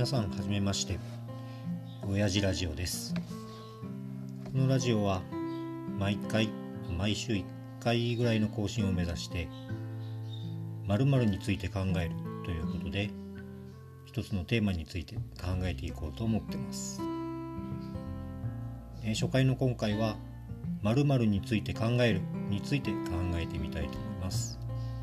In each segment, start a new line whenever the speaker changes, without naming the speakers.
皆さんはじめまして、親父ラジオです。このラジオは毎週1回ぐらいの更新を目指して〇〇について考えるということで、一つのテーマについて考えていこうと思ってます。初回の今回は〇〇について考えるについて考えてみたいと思います。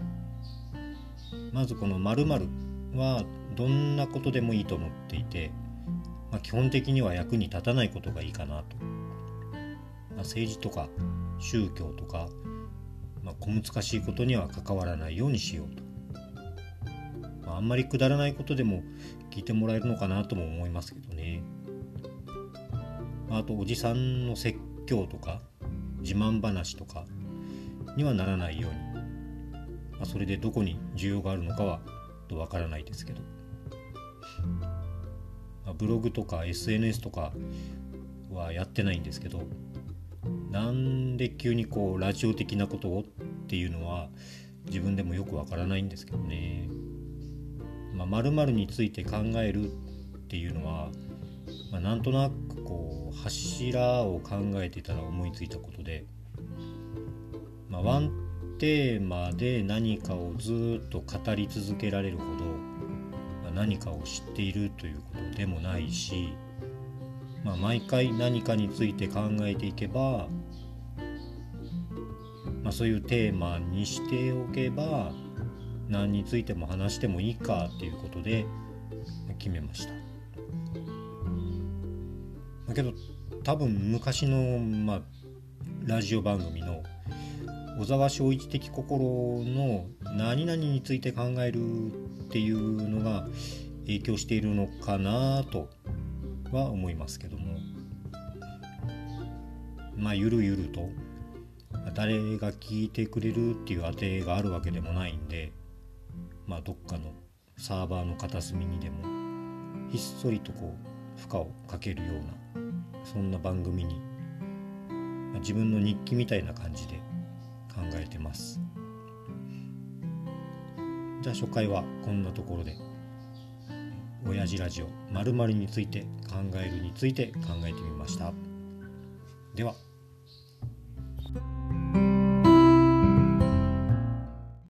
まずこの〇〇はどんなことでもいいと思っていて、基本的には役に立たないことがいいかなと。政治とか宗教とか、小難しいことには関わらないようにしようと。あんまりくだらないことでも聞いてもらえるのかなとも思いますけどね。あとおじさんの説教とか自慢話とかにはならないように、それでどこに需要があるのかはわからないですけど、ブログとか SNS とかはやってないんですけど、なんで急にラジオ的なことをっていうのは自分でもよくわからないんですけどね。〇〇について考えるっていうのは、なんとなく柱を考えていたら思いついたことで、ワンテーマで何かをずっと語り続けられるほど何かを知っているということでもないし、毎回何かについて考えていけば、そういうテーマにしておけば何についても話してもいいかっていうことで決めました。だけど多分昔の、ラジオ番組の小沢昭一的心の何々について考えるっていうのが影響しているのかなとは思いますけども、ゆるゆると誰が聞いてくれるっていう当てがあるわけでもないんで、どっかのサーバーの片隅にでもひっそりと負荷をかけるような、そんな番組に、自分の日記みたいな感じで考えてます。じゃあ初回はこんなところで、親父ラジオ〇〇について考えるについて考えてみました。では。